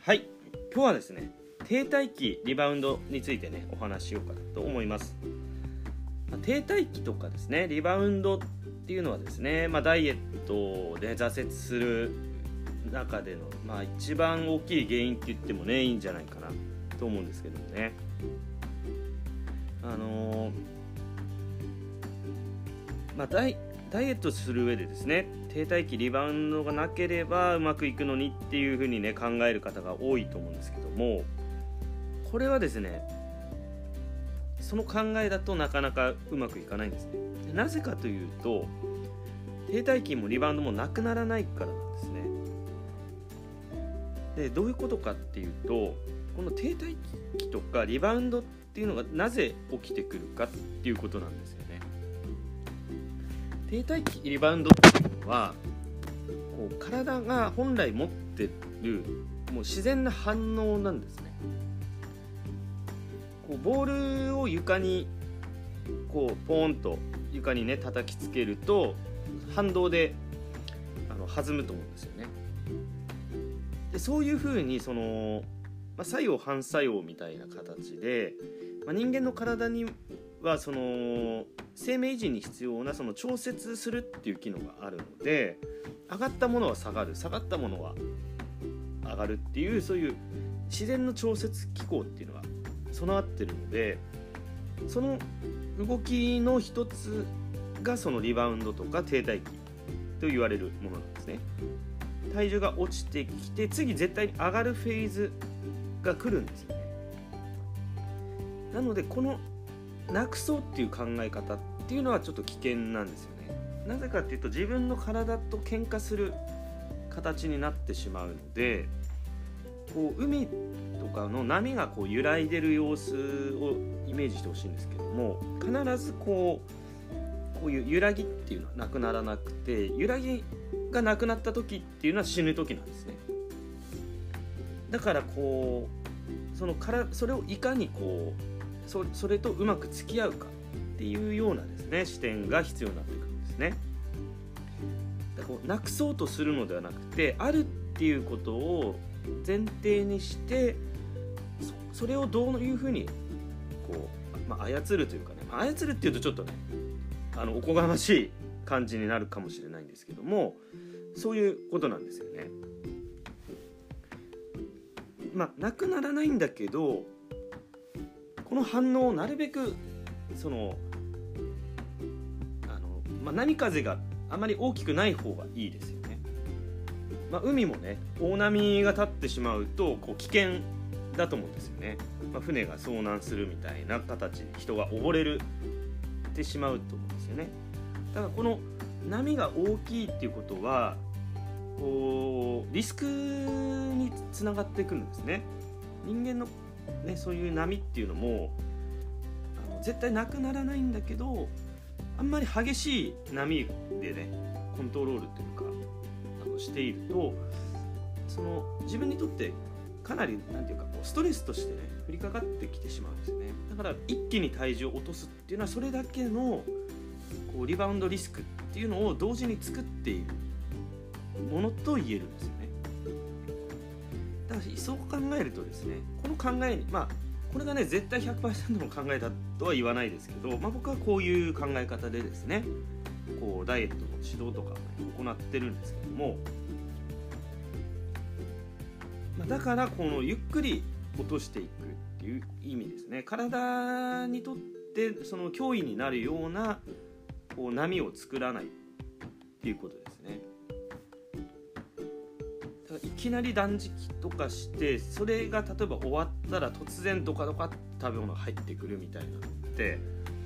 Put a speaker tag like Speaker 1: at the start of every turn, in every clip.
Speaker 1: はい、今日はですね、停滞期リバウンドについてねお話ししようかなと思います。停滞期とかですね、リバウンドっていうのはですね、ダイエットで挫折する中での、一番大きい原因って言ってもねいいんじゃないかなと思うんですけどもね。ダイエットする上でですね、停滞期リバウンドがなければうまくいくのにっていう風にね考える方が多いと思うんですけども、これはですね、その考えだとなかなかうまくいかないんですね。なぜかというと、停滞期もリバウンドもなくならないからなんですね。で、どういうことかっていうと、この停滞期とかリバウンドっていうのがなぜ起きてくるかっていうことなんですよね。停滞期リバウンドっていうのは、こう体が本来持ってるもう自然な反応なんですね。こうボールを床にこうポーンと床にね叩きつけると反動で弾むと思うんですよね。で、そういうふうに作用反作用みたいな形で、人間の体には生命維持に必要な調節するっていう機能があるので、上がったものは下がる、下がったものは上がるっていう、そういう自然の調節機構っていうのが備わってるので、その動きの一つがそのリバウンドとか停滞期と言われるものなんですね。体重が落ちてきて次絶対に上がるフェーズが来るんですよね。なのでこのなくそうっていう考え方っていうのはちょっと危険なんですよね。なぜかっていうと、自分の体と喧嘩する形になってしまうので、こう海とかの波がこう揺らいでる様子をイメージしてほしいんですけども、必ずこういう揺らぎっていうのはなくならなくて、揺らぎがなくなった時っていうのは死ぬ時なんですね。だからそれをいかにそれとうまく付き合うかっていうようなですね視点が必要になってくるんですね。だからなくそうとするのではなくて、あるっていうことを前提にして、それをどういうふうに操るというかね、操るっていうとちょっとねおこがましい感じになるかもしれないんですけども、そういうことなんですよね。なくならないんだけど、この反応をなるべく波風があまり大きくない方がいいですよね。海もね、大波が立ってしまうと危険だと思うんですよね。船が遭難するみたいな形で人が溺れてしまうと思うんですよね。だからこの波が大きいっていうことはリスクにつながってくるんですね。人間のそういう波っていうのも絶対なくならないんだけど、あんまり激しい波でねコントロールというかしていると、自分にとってかなりストレスとしてね降りかかってきてしまうんですよね。だから一気に体重を落とすっていうのは、それだけのリバウンドリスクっていうのを同時に作っているものと言えるんですよね。だからそう考えるとですね、この考えにこれがね絶対 100% の考えだとは言わないですけど、僕はこういう考え方でですね、ダイエットの指導とか行ってるんですけども、だからゆっくり落としていくっていう意味ですね。体にとって脅威になるような波を作らないっていうことですね。いきなり断食とかして、それが例えば終わったら突然ドカドカって食べ物が入ってくるみたいなのって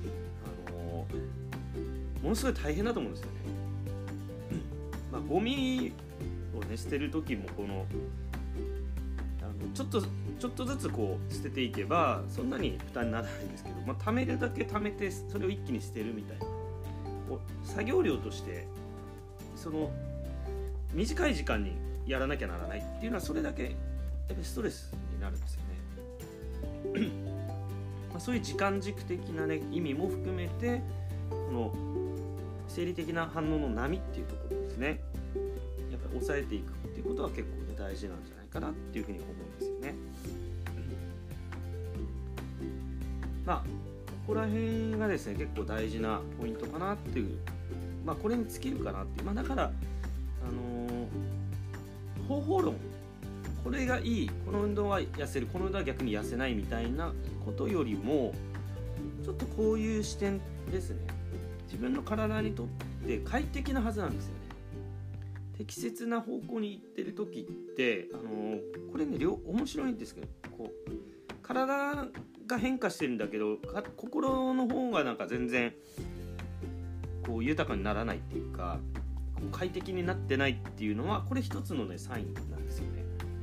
Speaker 1: ものすごい大変だと思うんですよね。ゴミをね捨てる時もちょっとずつ捨てていけばそんなに負担にならないんですけど、貯めるだけ貯めてそれを一気に捨てるみたいな作業量として短い時間にやらなきゃならないっていうのは、それだけやっぱりストレスになるんですよね。そういう時間軸的なね意味も含めて、生理的な反応の波っていうところですね、やっぱり抑えていくっていうことは結構ね大事なんじゃないかなっていうふうに思うんですよね。ここら辺がですね結構大事なポイントかなっていう、これに尽きるかなっていう、だから方法論、これがいい、この運動は痩せる、この運動は逆に痩せないみたいなことよりも、ちょっとこういう視点ですね。自分の体にとって快適なはずなんですよね。適切な方向に行ってる時ってこれね面白いんですけど、体が変化してるんだけど心の方がなんか全然豊かにならないっていうか快適になってないっていうのは、これ一つのねサインなんですよね。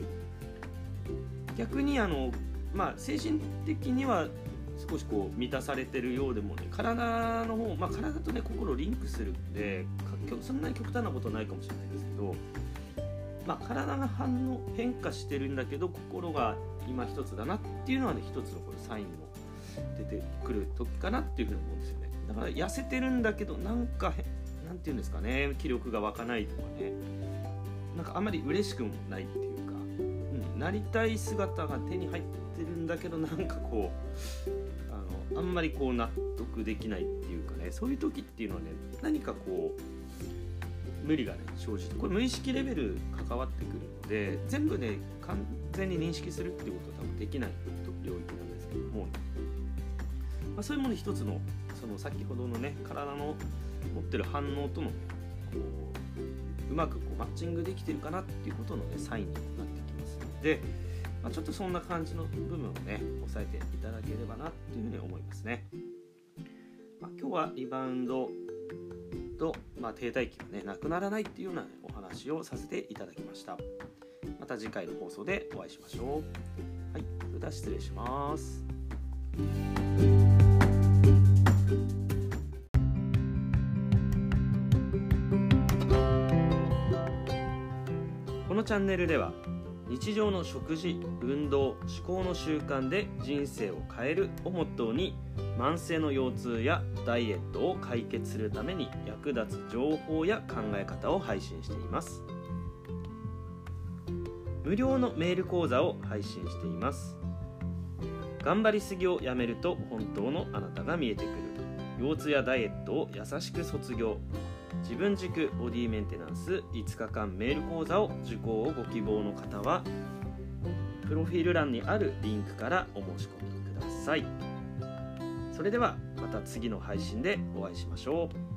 Speaker 1: 逆に精神的には少し満たされてるようでもね、体の方、体とね心リンクするんでそんなに極端なことないかもしれないですけど、体が変化してるんだけど心が今一つだなっていうのはね、一つのこれサインの出てくる時かなっていうふうに思うんですよね。だから痩せてるんだけどなんていうんですかね、気力が湧かないとかね、なんかあんまり嬉しくもないっていうか、なりたい姿が手に入ってるんだけどなんかあんまり納得できないっていうかね、そういう時っていうのはね、何か無理がね生じて、これ無意識レベル関わってくるので、全部ね完全に認識するっていうことは多分できない領域なんですけども、そういうもの一つのその先ほどのね体の持ってる反応とのねうまくマッチングできてるかなっていうことのねサインになってきますので、ちょっとそんな感じの部分をね押さえていただければなっていうふうに思いますね。今日はリバウンドと、停滞期がねなくならないっていうような、お話をさせていただきました。また次回の放送でお会いしましょう。はい、それでは失礼します。このチャンネルでは日常の食事、運動、思考の習慣で人生を変えるをモットーに、慢性の腰痛やダイエットを解決するために役立つ情報や考え方を配信しています。無料のメール講座を配信しています。頑張りすぎをやめると本当のあなたが見えてくる。腰痛やダイエットを優しく卒業。自分軸ボディメンテナンス5日間メール講座を受講をご希望の方は、プロフィール欄にあるリンクからお申し込みください。それではまた次の配信でお会いしましょう。